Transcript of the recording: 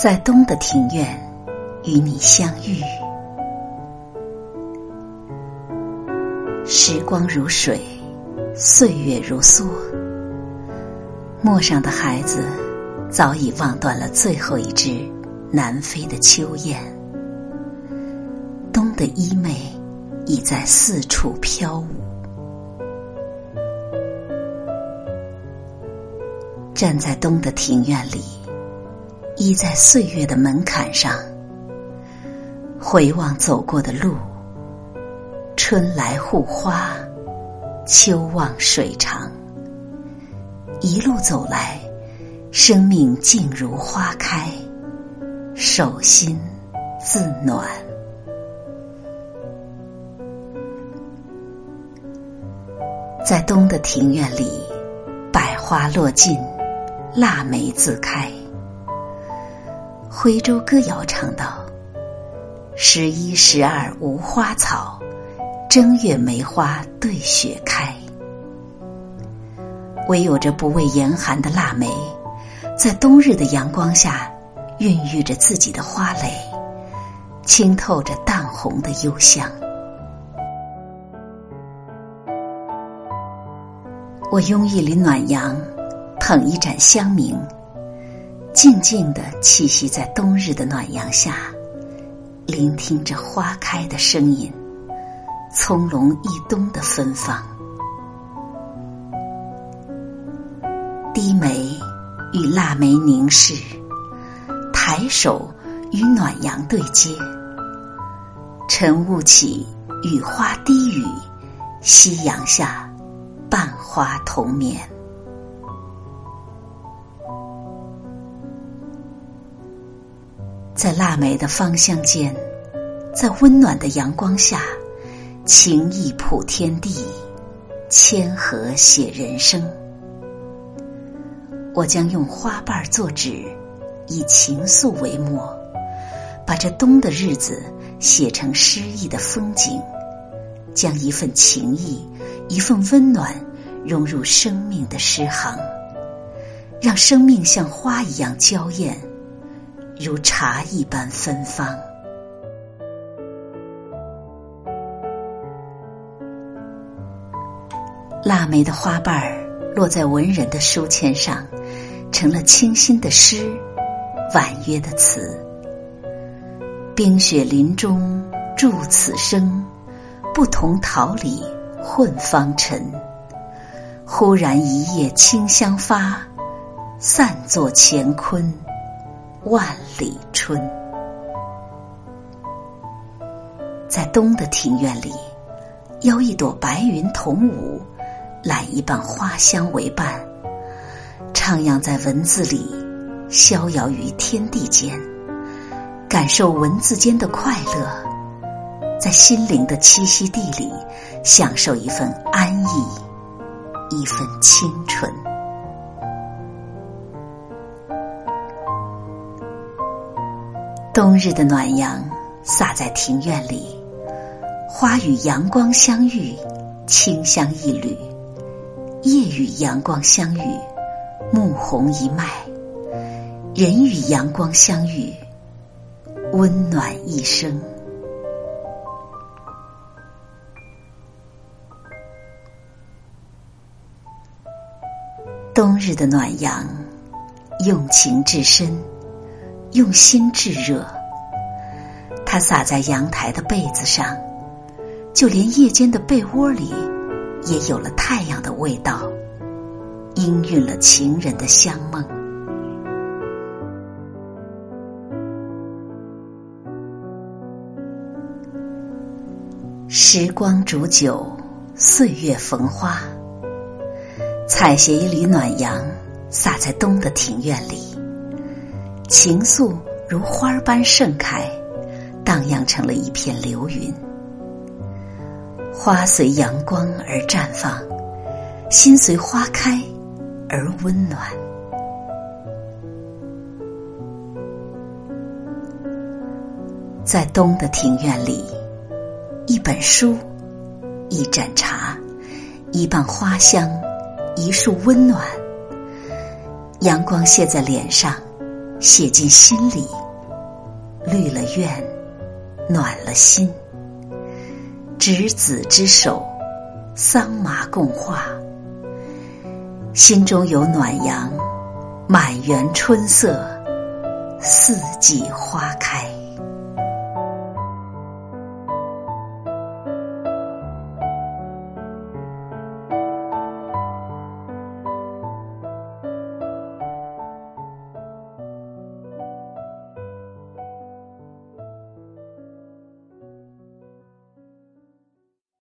在冬的庭院与你相遇。时光如水，岁月如梭，陌上的孩子早已望断了最后一只南飞的秋雁，冬的衣袂已在四处飘舞。站在冬的庭院里，依在岁月的门槛上，回望走过的路，春来护花，秋望水长。一路走来，生命静如花开，手心自暖。在冬的庭院里，百花落尽，腊梅自开。徽州歌谣唱道：11、12无花草，正月梅花对雪开。唯有这不畏严寒的腊梅，在冬日的阳光下孕育着自己的花蕾，清透着淡红的幽香。我拥一缕暖阳，捧一盏香茗，静静地栖息在冬日的暖阳下，聆听着花开的声音，葱茏一冬的芬芳。低眉与腊梅凝视，抬手与暖阳对接，晨雾起，雨花低语，夕阳下半花同眠。在腊梅的芳香间，在温暖的阳光下，情意谱天地，千河写人生。我将用花瓣作纸，以情愫为墨，把这冬的日子写成诗意的风景，将一份情意，一份温暖融入生命的诗行，让生命像花一样娇艳，如茶一般芬芳。腊梅的花瓣落在文人的书签上，成了清新的诗，婉约的词。冰雪林中著此生，不同桃李混芳尘。忽然一夜清香发，散作乾坤万里春。在冬的庭院里，邀一朵白云同舞，揽一瓣花香为伴，徜徉在文字里，逍遥于天地间，感受文字间的快乐，在心灵的栖息地里，享受一份安逸，一份清纯。冬日的暖阳洒在庭院里，花与阳光相遇，清香一缕；叶与阳光相遇，暮红一脉；人与阳光相遇，温暖一生。冬日的暖阳，用情至深，用心炙热。它洒在阳台的被子上，就连夜间的被窝里也有了太阳的味道，氤氲了情人的香梦。时光煮酒，岁月逢花，采撷一缕暖阳，洒在冬的庭院里，情愫如花般盛开，荡漾成了一片流云。花随阳光而绽放，心随花开而温暖。在冬的庭院里，一本书，一盏茶，一瓣花香，一束温暖。阳光泻在脸上， 写进心里，绿了愿，暖了心。执子之手，桑麻共话，心中有暖阳，满园春色，四季花开。